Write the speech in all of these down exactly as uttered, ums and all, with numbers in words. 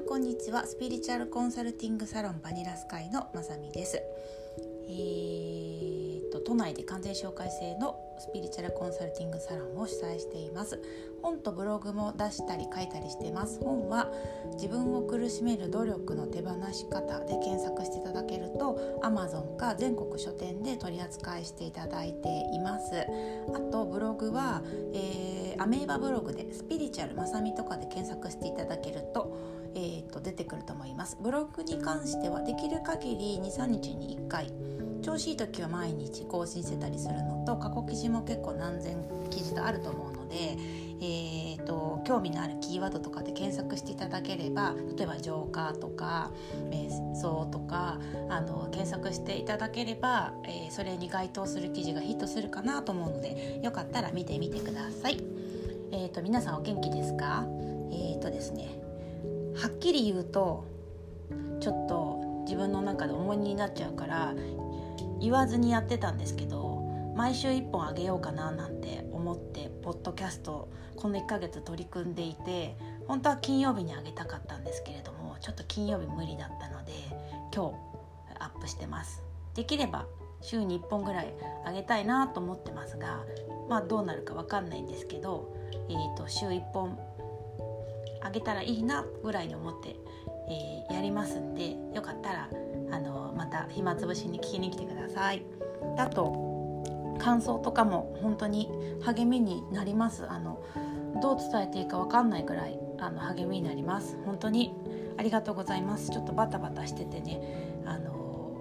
んこんにちは。スピリチュアルコンサルティングサロンバニラスカイのまさみです。えー、と都内で完全紹介制のスピリチュアルコンサルティングサロンを主催しています。本とブログも出したり書いたりしています。本は自分を苦しめる努力の手放し方で検索していただけると Amazon か全国書店で取り扱いしていただいています。あとブログは、えー、アメーバブログでスピリチュアルまさみとかで検索していただけると、えー、と出てくると思います。ブログに関してはできる限り にさんにちにいっかい、調子いい時は毎日更新してたりするのと、過去記事も結構何千記事とあると思うので、えー、と興味のあるキーワードとかで検索していただければ、例えば浄化とか瞑想とかあの検索していただければ、えー、それに該当する記事がヒットするかなと思うので、よかったら見てみてください。えー、と皆さんお元気ですか？えー、とですねはっきり言うとちょっと自分の中で重荷になっちゃうから言わずにやってたんですけど、毎週いっぽんあげようかななんて思ってポッドキャストこのいっかげつ取り組んでいて、本当は金曜日にあげたかったんですけれども、ちょっと金曜日無理だったので今日アップしてます。できれば週にいっぽんぐらいあげたいなと思ってますが、まあどうなるか分かんないんですけど、えーと週いっぽんあげたらいいなぐらいに思って、えー、やりますんで、よかったらあのまた暇つぶしに聞きに来てください。あと感想とかも本当に励みになります。あのどう伝えていいか分かんないくらいあの励みになります。本当にありがとうございます。ちょっとバタバタしててね、あの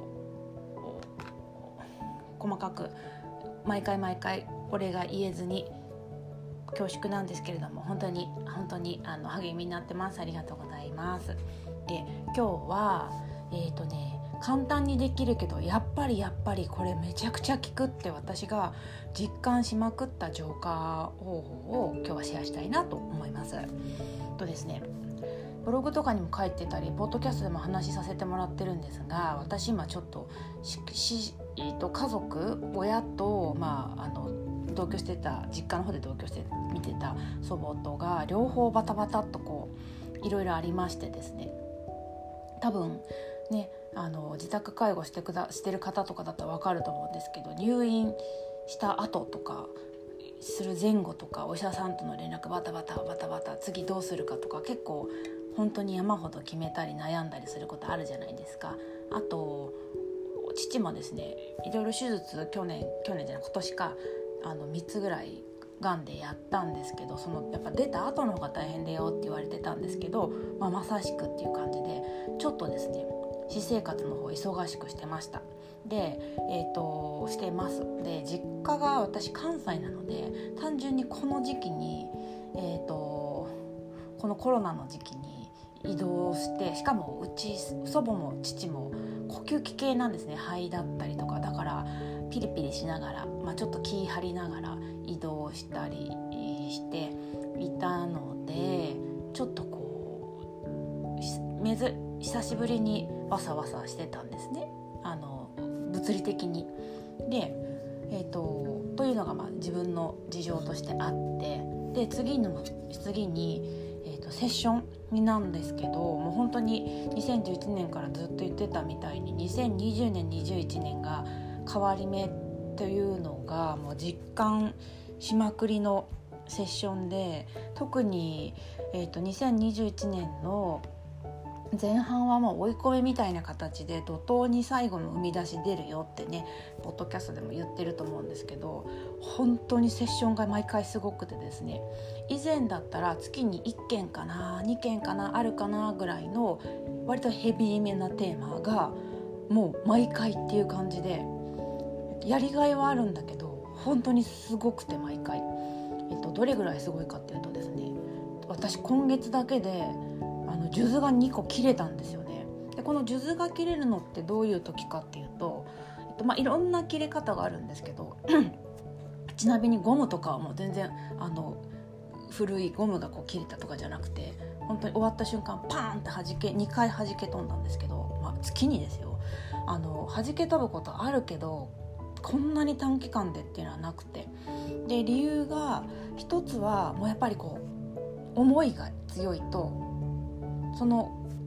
細かく毎回毎回お礼が言えずに恐縮なんですけれども、本当に本当にあの励みになってます。ありがとうございます。で今日はえーとね簡単にできるけどやっぱりやっぱりこれめちゃくちゃ効くって私が実感しまくった浄化方法を今日はシェアしたいなと思います。とですねブログとかにも書いてたりポッドキャストでも話しさせてもらってるんですが、私今ちょっとしし、えーと家族親と、まあ、あの同居してた実家の方で同居して見てた祖母とが両方バタバタっとこういろいろありましてですね、多分ねあの自宅介護してくだしてる方とかだったら分かると思うんですけど、入院した後とかする前後とかお医者さんとの連絡バタバタバタバタ次どうするかとか結構本当に山ほど決めたり悩んだりすることあるじゃないですか。あと父もですねいろいろ手術去年去年じゃない今年かあのみっつぐらいがんでやったんですけど、そのやっぱ出た後の方が大変だよって言われてたんですけど、まあ、まさしくっていう感じでちょっとですね私生活の方忙しくしてました。で、えーと、してます。で実家が私関西なので単純にこの時期に、えーと、このコロナの時期に移動して、しかもうち祖母も父も呼吸器系なんですね。肺だったりとかだからピリピリしながら、まあ、ちょっと気張りながら移動したりしていたので、ちょっとこうめず久しぶりにわさわさしてたんですね、あの物理的に。で、えーと、というのがまあ自分の事情としてあって、で次の次に、えーと、セッションになんですけど、もう本当ににせんじゅういちねんからずっと言ってたみたいににせんにじゅうねんにじゅういちねんが変わり目というのがもう実感しまくりのセッションで、特に、えーと、にせんにじゅういちねんの前半はもう追い込みみたいな形で怒涛に最後の生み出し出るよってねポッドキャストでも言ってると思うんですけど、本当にセッションが毎回すごくてですね、以前だったら月にいっけんかなにけんかなあるかなぐらいの割とヘビーめなテーマがもう毎回っていう感じで、やりがいはあるんだけど本当にすごくて毎回、えっと、どれぐらいすごいかっていうとですね、私今月だけであの数珠がにこ切れたんですよね。でこの数珠が切れるのってどういう時かっていうと、えっとまあ、いろんな切れ方があるんですけどちなみにゴムとかはもう全然あの古いゴムがこう切れたとかじゃなくて、本当に終わった瞬間パーンって弾けにかい弾け飛んだんですけど、まあ、月にですよ、あの弾け飛ぶことあるけどこんなに短期間でっていうのはなくて、で理由が一つはもうやっぱりこう思いが強いとその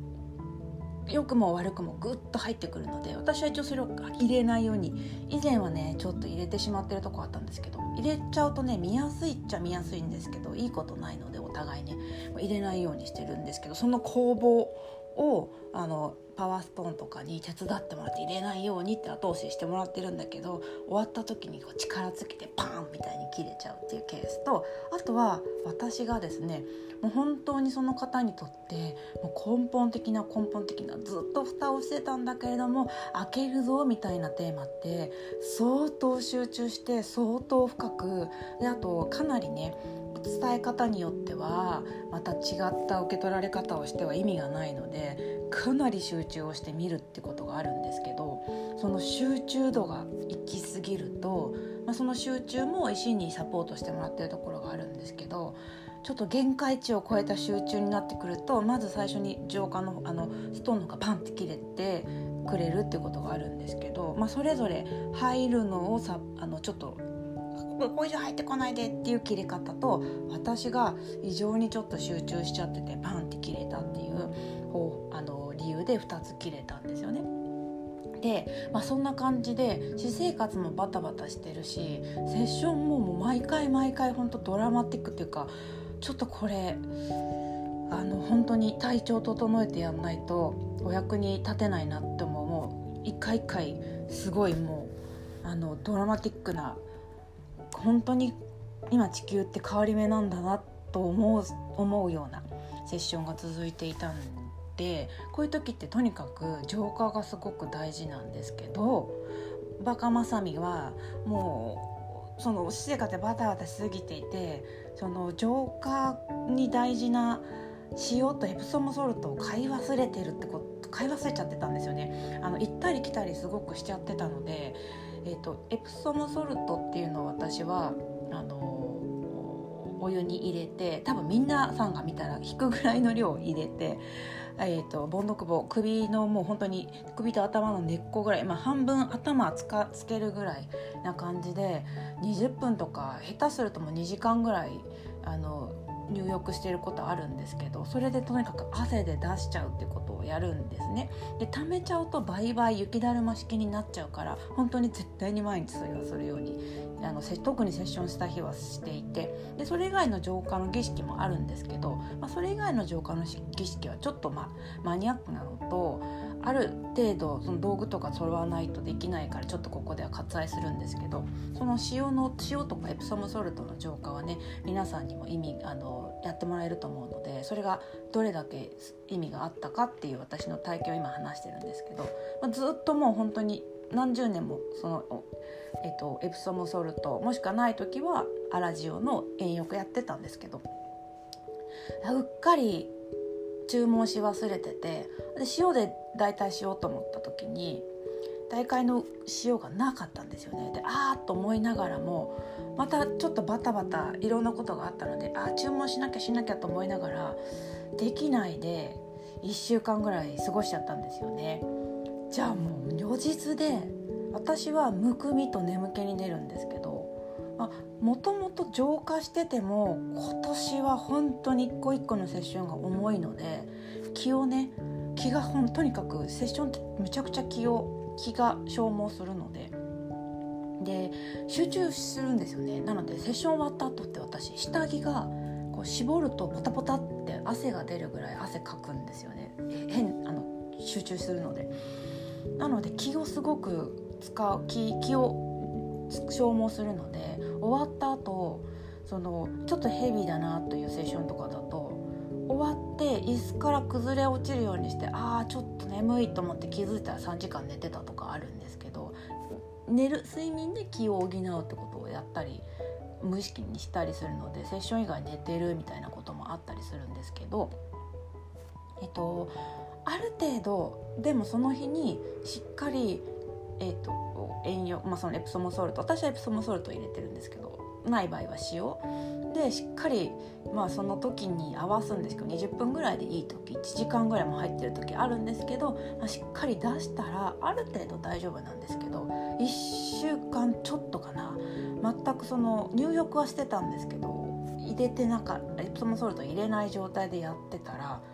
良くも悪くもグッと入ってくるので、私は一応それを入れないように、以前はねちょっと入れてしまってるとこあったんですけど、入れちゃうとね見やすいっちゃ見やすいんですけど、いいことないのでお互いね入れないようにしてるんですけど、その攻防をあのパワーストーンとかに手伝ってもらって入れないようにって後押ししてもらってるんだけど、終わった時にこう力尽きてパーンみたいに切れちゃうっていうケースと、あとは私がですねもう本当にその方にとってもう根本的な根本的なずっと蓋をしてたんだけれども開けるぞみたいなテーマって相当集中して相当深くで、あとかなりね伝え方によってはまた違った受け取られ方をしては意味がないので、かなり集中をして見るってことがあるんですけど、その集中度が行き過ぎると、まあ、その集中も石にサポートしてもらってるところがあるんですけど、ちょっと限界値を超えた集中になってくると、まず最初に浄化の、あのストーンがパンって切れてくれるっていうことがあるんですけど、まあ、それぞれ入るのをさあのちょっとこれ以上入ってこないでっていう切れ方と、私が異常にちょっと集中しちゃっててパンって切れたっていうあの理由でふたつ切れたんですよね。で、まあ、そんな感じで私生活もバタバタしてるし、セッションももう毎回毎回本当ドラマティックっていうか、ちょっとこれあの本当に体調整えてやんないとお役に立てないなって思う。もう一回一回すごいもうあのドラマティックな、本当に今地球って変わり目なんだなと思う、思うようなセッションが続いていたんで、こういう時ってとにかく浄化がすごく大事なんですけど、バカまさみはもうその私生活でバタバタしすぎていて、その浄化に大事な塩とエプソムソルトを買い忘れてるってこと買い忘れちゃってたんですよね。あの行ったり来たりすごくしちゃってたので、えーと、エプソムソルトっていうのを私はあのお湯に入れて、多分みんなさんが見たら引くぐらいの量を入れて、えーと、ボンドクボ首のもう本当に首と頭の根っこぐらい、まあ、半分頭つかつけるぐらいな感じでにじゅっぷんとか下手するともうにじかんぐらいあの入浴していることあるんですけど、それでとにかく汗で出しちゃうってことをやるんですね。で溜めちゃうと倍々雪だるま式になっちゃうから、本当に絶対に毎日それはするようにあの特にセッションした日はしていて、でそれ以外の浄化の儀式もあるんですけど、まあ、それ以外の浄化の儀式はちょっと、まあ、マニアックなのと、ある程度その道具とか揃わないとできないから、ちょっとここでは割愛するんですけど、その塩の塩とかエプソムソルトの浄化はね、皆さんにも意味あのやってもらえると思うので、それがどれだけ意味があったかっていう私の体験を今話してるんですけど、まあ、ずっともう本当に何十年もその、えっと、エプソムソルトもしくはない時はアラジオの塩浴やってたんですけど、うっかり注文し忘れてて、で塩で代替しようと思った時に代替の塩がなかったんですよね。であーっと思いながらもまたちょっとバタバタいろんなことがあったので、あ注文しなきゃしなきゃと思いながらできないでいっしゅうかんぐらい過ごしちゃったんですよね。じゃあもう如実で私はむくみと眠気に出るんですけど、もともと浄化してても今年は本当に一個一個のセッションが重いので、気をね気がほんとにかくセッションってむちゃくちゃ気を気が消耗するのでで集中するんですよね。なのでセッション終わった後って私下着がこう絞るとポタポタって汗が出るぐらい汗かくんですよね。変あの集中するので、なので気をすごく使う 気, 気を消耗するので、終わった後そのちょっとヘビーだなというセッションとかだと終わって椅子から崩れ落ちるようにして、あーちょっと眠いと思って気づいたらさんじかん寝てたとかあるんですけど、寝る睡眠で気を補うってことをやったり無意識にしたりするので、セッション以外寝てるみたいなこともあったりするんですけど、えっとある程度でもその日にしっかりえっと塩浴、まあ、そのエプソムソルト、私はエプソムソルト入れてるんですけど、ない場合は塩でしっかり、まあ、その時に合わすんですけど、にじゅっぷんぐらいでいい時いちじかんぐらいも入ってる時あるんですけど、まあ、しっかり出したらある程度大丈夫なんですけど、いっしゅうかんちょっとかな、全くその入浴はしてたんですけど入れてなかったエプソムソルト入れない状態でやってたら、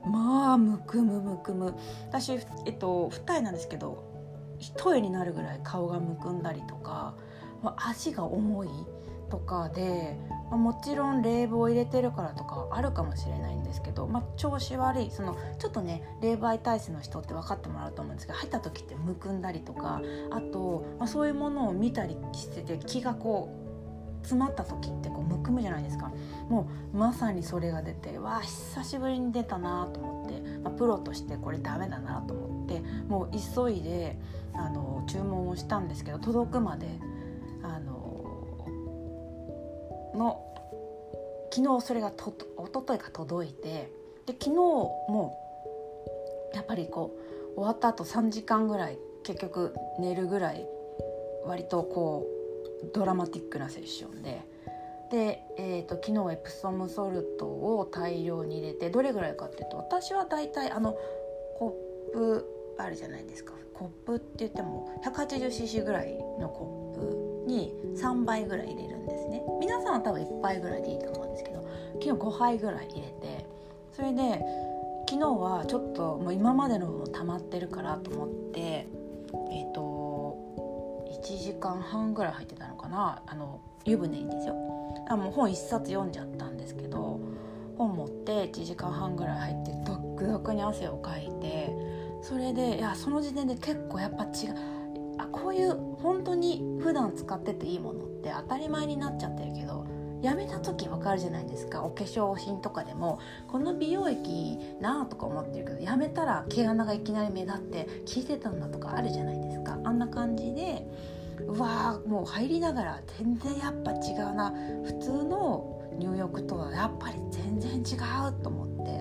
まあむくむむくむ。私、えっと、二重なんですけど一重になるぐらい顔がむくんだりとか、まあ、足が重いとかで、まあ、もちろん冷房を入れてるからとかあるかもしれないんですけど、まあ、調子悪いそのちょっとね冷媒体質の人って分かってもらうと思うんですけど、入った時ってむくんだりとか、あと、まあ、そういうものを見たりしてて気がこう詰まった時ってこうむくむじゃないですか。もうまさにそれが出て、わあ久しぶりに出たなと思って、まあ、プロとしてこれダメだなと思って、もう急いであの注文をしたんですけど、届くまであのの昨日それがと一昨日か届いて、で昨日もやっぱりこう終わった後さんじかんぐらい結局寝るぐらい割とこうドラマティックなセッションで、で、えーと、昨日エプソムソルトを大量に入れて、どれぐらいかっていうと、私はだいたいあのコップあるじゃないですか。コップって言っても ひゃくはちじゅうシーシー ぐらいのコップにさんばいぐらい入れるんですね。皆さんは多分いっぱいぐらいでいいと思うんですけど、昨日ごはいぐらい入れて、それで昨日はちょっともう今までの分も溜まってるからと思って、えっといちじかんはんぐらい入ってたのかな、あの湯船にですよ。あもう本一冊読んじゃったんですけど、本持っていちじかんはんぐらい入ってドックドクに汗をかいて、それでいやその時点で結構やっぱ違う、あこういう本当に普段使ってていいものって当たり前になっちゃってるけど、やめた時わかるじゃないですか。お化粧品とかでもこの美容液なとか思ってるけど、やめたら毛穴がいきなり目立って効いてたんだとかあるじゃないですか。あんな感じで、うわーもう入りながら全然やっぱ違うな、普通の入浴とはやっぱり全然違うと思って、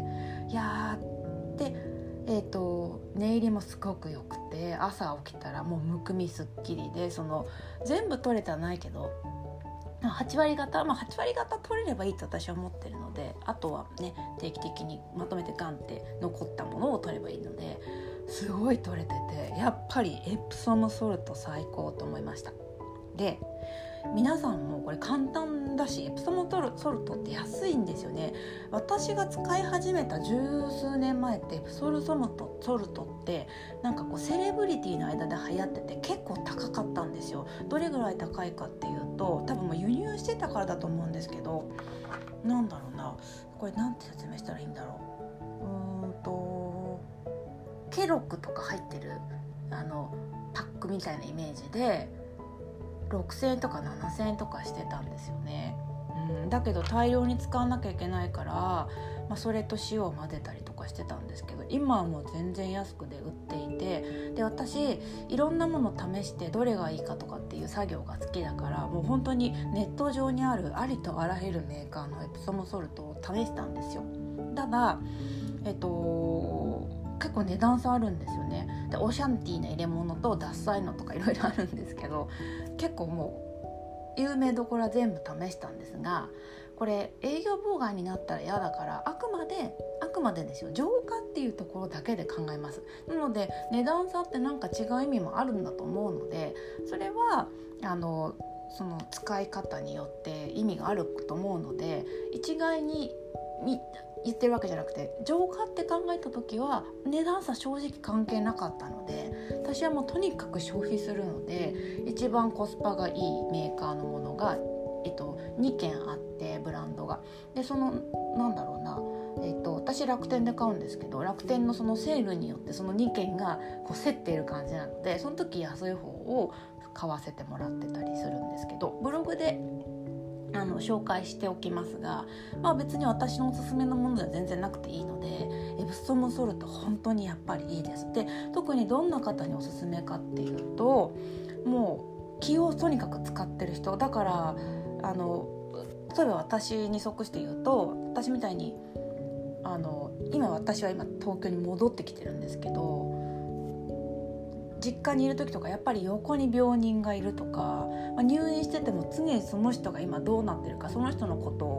いやーで、えーと、寝入りもすごくよくて、朝起きたらもうむくみすっきりで、その全部取れてはないけどはち割方、まあ、はち割方取れればいいと私は思ってるので、あとはね定期的にまとめてガンって残ったものを取ればいいので、すごい取れてて、やっぱりエプソムソルト最高と思いました。で皆さんもこれ簡単だし、エプソムソルトって安いんですよね。私が使い始めた十数年前ってエプソムソルトってなんかこうセレブリティの間で流行ってて結構高かったんですよ。どれぐらい高いかっていうと、多分もう輸入してたからだと思うんですけど、なんだろうな、これなんて説明したらいいんだろう、うーんとケロッグとか入ってるあのパックみたいなイメージでろくせんえんとかななせんえんとかしてたんですよね、うん、だけど大量に使わなきゃいけないから、まあ、それと塩を混ぜたりとかしてたんですけど、今はもう全然安くで売っていて、で私いろんなもの試してどれがいいかとかっていう作業が好きだから、もう本当にネット上にあるありとあらゆるメーカーのエプソムソルトを試したんですよ。ただえっと結構値段差あるんですよね。でオシャンティーな入れ物とダッサいのとかいろいろあるんですけど、結構もう有名どころは全部試したんですが、これ営業妨害になったら嫌だから、あくまであくまでですよ、浄化っていうところだけで考えます。なので値段差ってなんか違う意味もあるんだと思うので、それはあのその使い方によって意味があると思うので、一概にみ言ってるわけじゃなくて、浄化って考えた時は値段差正直関係なかったので、私はもうとにかく消費するので、一番コスパがいいメーカーのものが、えっと、にけんあって、ブランドがで、そのなんだろうな、えっと、私楽天で買うんですけど、楽天のそのセールによってそのにけんがこう競っている感じなので、その時安い方を買わせてもらってたりするんですけど、ブログであの紹介しておきますが、まあ、別に私のおすすめのものでは全然なくていいので、エプソムソルト本当にやっぱりいいです。で特にどんな方におすすめかっていうと、もう気をとにかく使ってる人だから、あの例えば私に即して言うと、私みたいにあの今私は今東京に戻ってきてるんですけど、実家にいる時とかやっぱり横に病人がいるとか、まあ、入院してても常にその人が今どうなってるか、その人のことを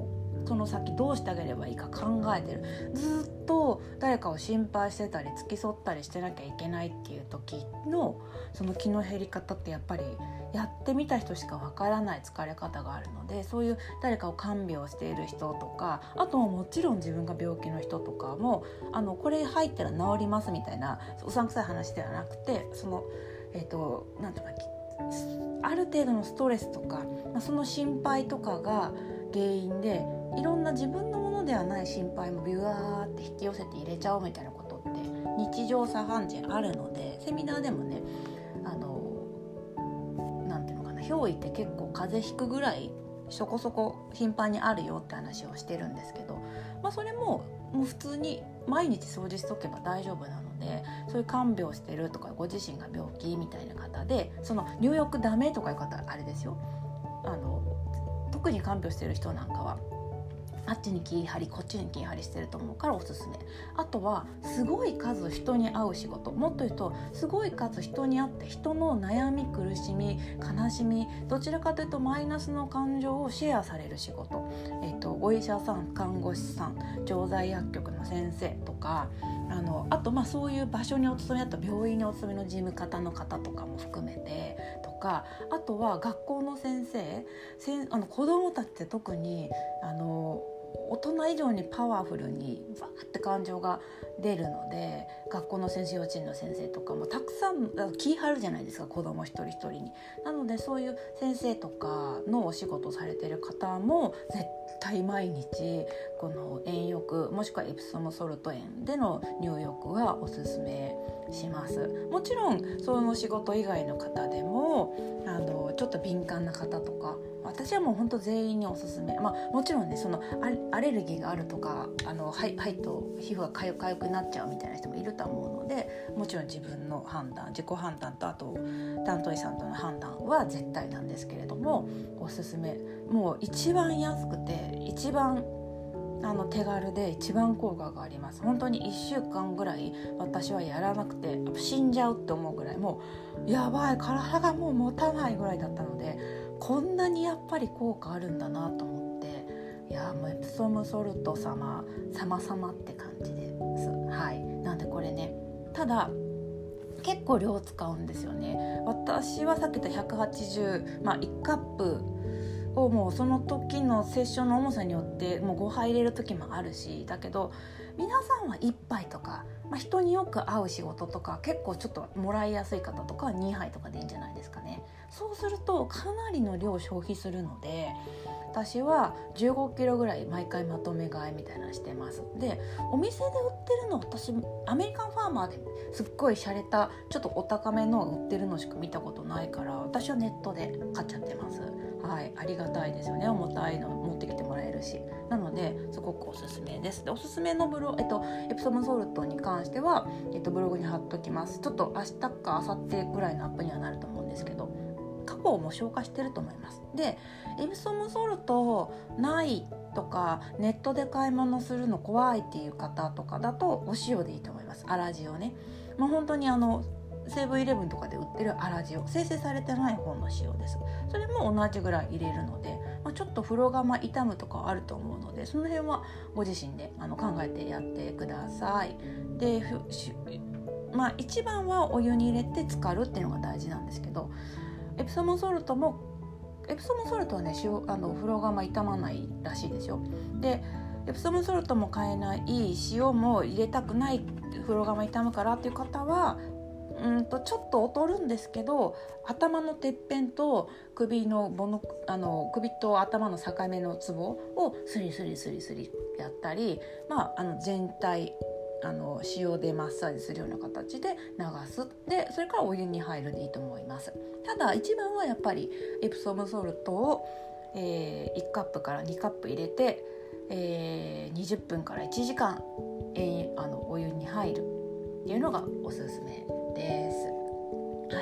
その先どうしてあげればいいか考えてる。ずっと誰かを心配してたり付き添ったりしてなきゃいけないっていう時のその気の減り方ってやっぱりやってみた人しかわからない疲れ方があるので、そういう誰かを看病している人とか、あとはもちろん自分が病気の人とかもあのこれ入ったら治りますみたいなうさんくさい話ではなくて、そのえっとなんていうかある程度のストレスとか、まあ、その心配とかが原因でいろんな自分のものではない心配もビュワーって引き寄せて入れちゃうみたいなことって日常茶飯事あるので、セミナーでもねあのなんていうのかな、憑依って結構風邪ひくぐらいそこそこ頻繁にあるよって話をしてるんですけど、まあ、それももう普通に毎日掃除しとけば大丈夫なので、そういう看病してるとかご自身が病気みたいな方でその入浴ダメとかいう方あれですよ、あの特に看病してる人なんかはあっちに気張りこっちに気張りしてると思うからおすすめ。あとはすごい数人に会う仕事、もっと言うとすごい数人に会って人の悩み苦しみ悲しみどちらかというとマイナスの感情をシェアされる仕事、えっと、お医者さん看護師さん調剤薬局の先生とか、あのあとまあそういう場所にお勤めだと病院にお勤めの事務方の方とかも含めてとか、あとは学校の先生せんあの子どもたちって特にあの大人以上にパワフルにバーって感情が出るので、学校の先生幼稚園の先生とかもたくさん気張るじゃないですか、子供一人一人に。なのでそういう先生とかのお仕事されてる方も絶対毎日この塩浴もしくはエプソムソルト塩での入浴はおすすめします。もちろんその仕事以外の方でもあのちょっと敏感な方とか、私はもう本当全員におすすめ。まあもちろんねそのアレルギーがあるとかあのはいはいと皮膚がかゆかゆくなっちゃうみたいな人もいると思うので、もちろん自分の判断自己判断とあと担当医さんとの判断は絶対なんですけれどもおすすめ。もう一番安くて一番あの手軽で一番効果があります。本当にいっしゅうかんぐらい私はやらなくて死んじゃうって思うぐらいもうやばい体がもう持たないぐらいだったので、こんなにやっぱり効果あるんだなと思って、いやもうエプソムソルト様様様って感じです。はい。なんでこれねただ結構量使うんですよね。私はさっき言ったひゃくはちじゅう、まあいちカップをもうその時のセッションの重さによってもうごはい入れる時もあるし、だけど皆さんはいっぱいとか、まあ、人によく会う仕事とか結構ちょっともらいやすい方とかはにはいとかでいいんじゃないですかね。そうするとかなりの量消費するので、私はじゅうごキロぐらい毎回まとめ買いみたいなのしてます。でお店で売ってるの私アメリカンファーマーですっごい洒落たちょっとお高めの売ってるのしか見たことないから、私はネットで買っちゃってます。はい、ありがたいですよね。重たいの持ってきてもらえるし、なのですごくおすすめです。でおすすめのブロ、えっと、エプソムソルトに関しては、えっと、ブログに貼っときます。ちょっと明日か明後日ぐらいのアップにはなると思うんですけど、過去も消化してると思います。でエプソムソルトないとかネットで買い物するの怖いっていう方とかだとお塩でいいと思います。粗塩ね、もう本当にあのセブンイレブンとかで売ってる粗塩、精製されてない方の塩です。それも同じぐらい入れるので、まあ、ちょっと風呂釜傷むとかあると思うので、その辺はご自身であの考えてやってください。でまあ一番はお湯に入れて浸かるっていうのが大事なんですけど、エプソムソルトもエプソムソルトはね塩あの風呂釜傷まないらしいですよ。でエプソムソルトも買えない塩も入れたくない風呂釜傷むからっていう方はうんとちょっと劣るんですけど、頭のてっぺんと首のボノあの首と頭の境目のツボをスリスリスリスリやったり、まあ、あの全体あの塩でマッサージするような形で流す。でそれからお湯に入るでいいと思います。ただ一番はやっぱりエプソムソルトを、えー、いちカップからにカップ入れて、えー、にじゅっぷんからいちじかん、えー、あのお湯に入るっていうのがおすすめです。はい。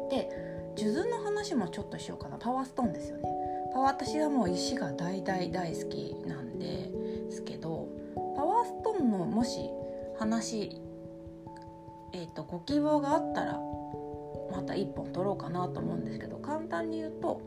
で数珠の話もちょっとしようかな。パワーストーンですよね。パワー私はもう石が大大大好きなんですけど、パワーストーンのもし話、えーと、ご希望があったらまた一本取ろうかなと思うんですけど、簡単に言うと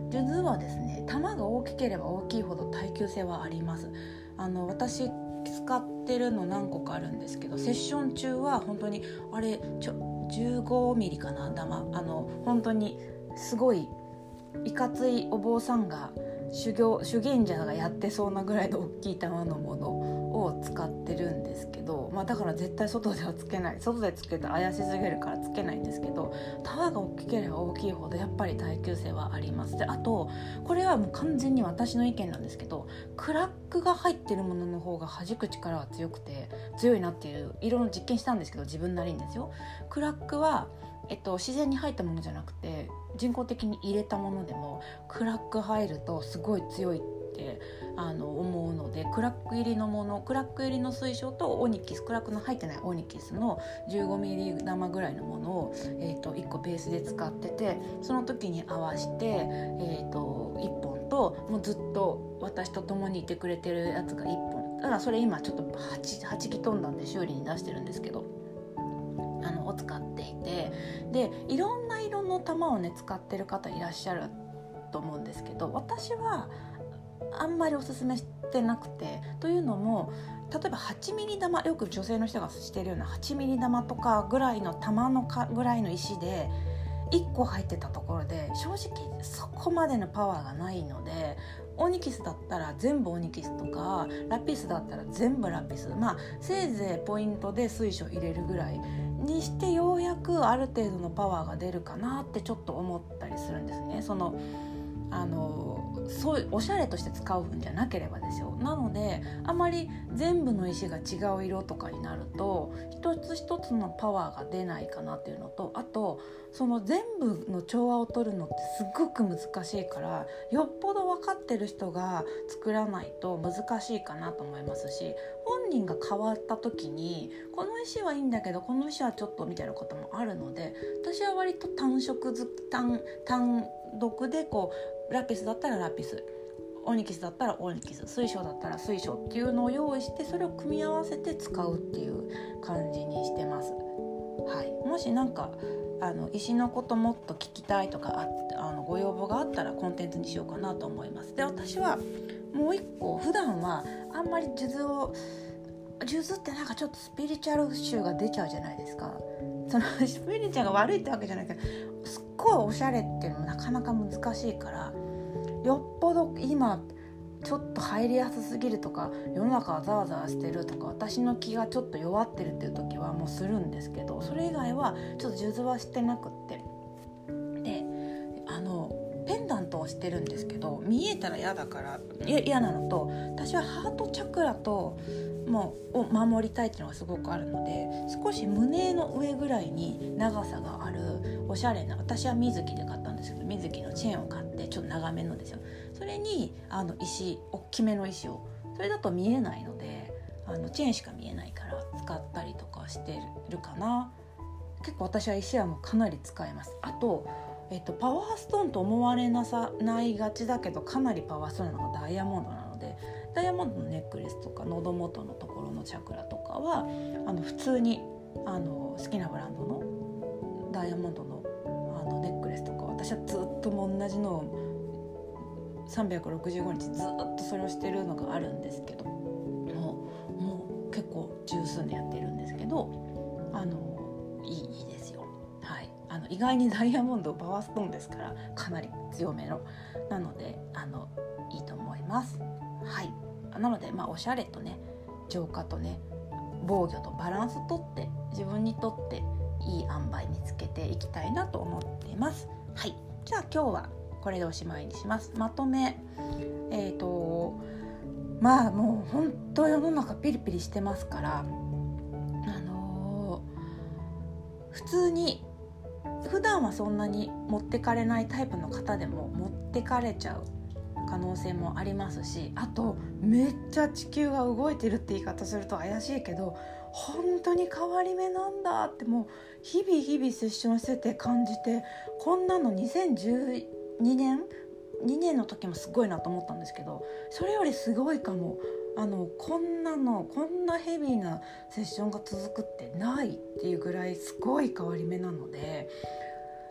数珠はですね、玉が大きければ大きいほど耐久性はあります。あの私使ってるの何個かあるんですけど、セッション中は本当にあれちょじゅうごミリかな、玉、あの本当にすごいいかついお坊さんが修行修験者がやってそうなぐらいの大きい玉のものを使ってるんですけど、まあ、だから絶対外ではつけない、外でつけたら怪しすぎるからつけないんですけど、玉が大きければ大きいほどやっぱり耐久性はあります。で、あとこれはもう完全に私の意見なんですけど、クラックが入ってるものの方が弾く力は強くて強いなっていういろんな実験したんですけど、自分なりにですよ。クラックはえっと、自然に入ったものじゃなくて人工的に入れたものでもクラック入るとすごい強いってあの思うので、クラック入りのもの、クラック入りの水晶とオニキス、クラックの入ってないオニキスのじゅうごミリ玉ぐらいのものを、えー、といっこベースで使ってて、その時に合わせて、えー、といっぽんともうずっと私と共にいてくれてるやつがいっぽん、ただそれ今ちょっと 8, 8ギ飛んだんで修理に出してるんですけど、あのを使っていて、でいろんな色の玉をね使ってる方いらっしゃると思うんですけど、私はあんまりおすすめしてなくて、というのも例えばはちミリ玉、よく女性の人がしてるようなはちミリ玉とかぐらいの玉のかぐらいの石でいっこ入ってたところで正直そこまでのパワーがないので、オニキスだったら全部オニキスとかラピスだったら全部ラピス、まあせいぜいポイントで水晶入れるぐらいにしてようやくある程度のパワーが出るかなってちょっと思ったりするんですね。そのあのそういうおしゃれとして使うんじゃなければですよ。なのであまり全部の石が違う色とかになると一つ一つのパワーが出ないかなっていうのと、あとその全部の調和を取るのってすごく難しいから、よっぽど分かってる人が作らないと難しいかなと思いますし、本人が変わった時にこの石はいいんだけどこの石はちょっとみたいなこともあるので、私は割と単色ず単単独でこうラピスだったらラピス、オニキスだったらオニキス、水晶だったら水晶っていうのを用意して、それを組み合わせて使うっていう感じにしてます。はい、もしなんかあの石のこともっと聞きたいとか あ, あのご要望があったらコンテンツにしようかなと思います。で、私はもう一個、普段はあんまり数珠を数珠ってなんかちょっとスピリチュアル臭が出ちゃうじゃないですか。そのスピリチュアルが悪いってわけじゃないけど、すっごいおしゃれっていうのもなかなか難しいから、よっぽど今ちょっと入りやすすぎるとか世の中がザワザワしてるとか私の気がちょっと弱ってるっていう時はもうするんですけど、それ以外はちょっと数珠はしてなくって、であのペンダントをしてるんですけど、見えたら嫌だから嫌なのと、私はハートチャクラともうを守りたいっていうのがすごくあるので、少し胸の上ぐらいに長さがあるおしゃれな、私は水木で買ったんですけど、水木のチェーンを買ってちょっと長めのですよ、それにあの石、大きめの石を、それだと見えないのであのチェーンしか見えないから使ったりとかしてるかな。結構私は石はもうかなり使えます。あとえっと、パワーストーンと思われなさないがちだけどかなりパワーストーンなのがダイヤモンドなので、ダイヤモンドのネックレスとか喉元のところのチャクラとかはあの普通にあの好きなブランドのダイヤモンドの、あのネックレスとか、私はずっとも同じのをさんびゃくろくじゅうごにちずっとそれをしてるのがあるんですけど、もう、もう結構十数年やってるんですけど、あのいい、いいですよ。あの意外にダイヤモンドパワーストーンですからかなり強めのなのであのいいと思います。はい、なので、まあ、おしゃれとね浄化とね防御とバランスとって自分にとっていい塩梅見つけていきたいなと思っています。はい、じゃあ今日はこれでおしまいにします。まとめ、えーとまあもう本当世の中ピリピリしてますから、あのー、普通に普段はそんなに持ってかれないタイプの方でも持ってかれちゃう可能性もありますし、あとめっちゃ地球が動いてるって言い方すると怪しいけど本当に変わり目なんだって、もう日々日々セッションしてて感じて、こんなのにせんじゅうにねんにねんの時もすごいなと思ったんですけど、それよりすごいかも。あのこんなのこんなヘビーなセッションが続くってないっていうぐらいすごい変わり目なので、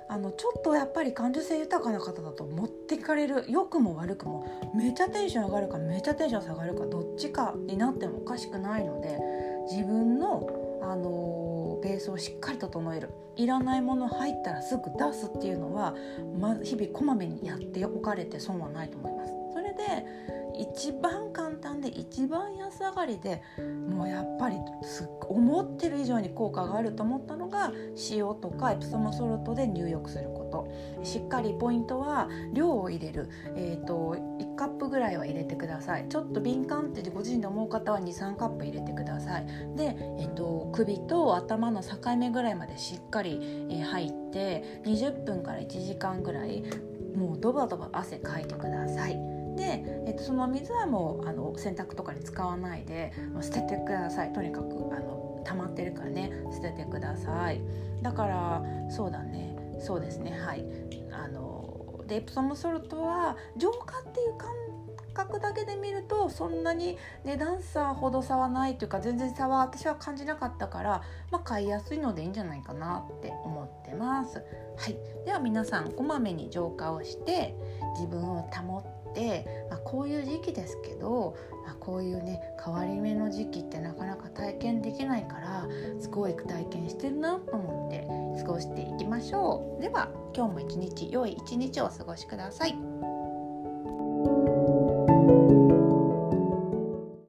あのちょっとやっぱり感受性豊かな方だと持ってかれる、良くも悪くもめちゃテンション上がるかめちゃテンション下がるかどっちかになってもおかしくないので、自分の、あのー、ベースをしっかり整える、いらないもの入ったらすぐ出すっていうのは、ま、日々こまめにやっておかれて損はないと思います。それで一番簡単で一番安上がりで、もうやっぱり思ってる以上に効果があると思ったのが、塩とかエプソムソルトで入浴すること。しっかりポイントは量を入れる、えーと、いちカップぐらいは入れてください。ちょっと敏感ってご自身で思う方は にさんカップ入れてください。で、えーと、首と頭の境目ぐらいまでしっかり、えー、入ってにじゅっぷんからいちじかんぐらいもうドバドバ汗かいてください。で、えっと、その水はもうあの洗濯とかに使わないでもう捨ててください。とにかくあの溜まってるからね、捨ててください。だからそうだね、そうですね、はい。あのでエプソムソルトは浄化っていう感覚だけで見るとそんなに値段差ほど差はないというか、全然差は私は感じなかったから、まあ、買いやすいのでいいんじゃないかなって思ってます。はい。では皆さんこまめに浄化をして自分を保ってでまあ、こういう時期ですけど、まあ、こういうね変わり目の時期ってなかなか体験できないから、すごい体験してるなと思って過ごしていきましょう。では今日も一日良い一日をお過ごしください。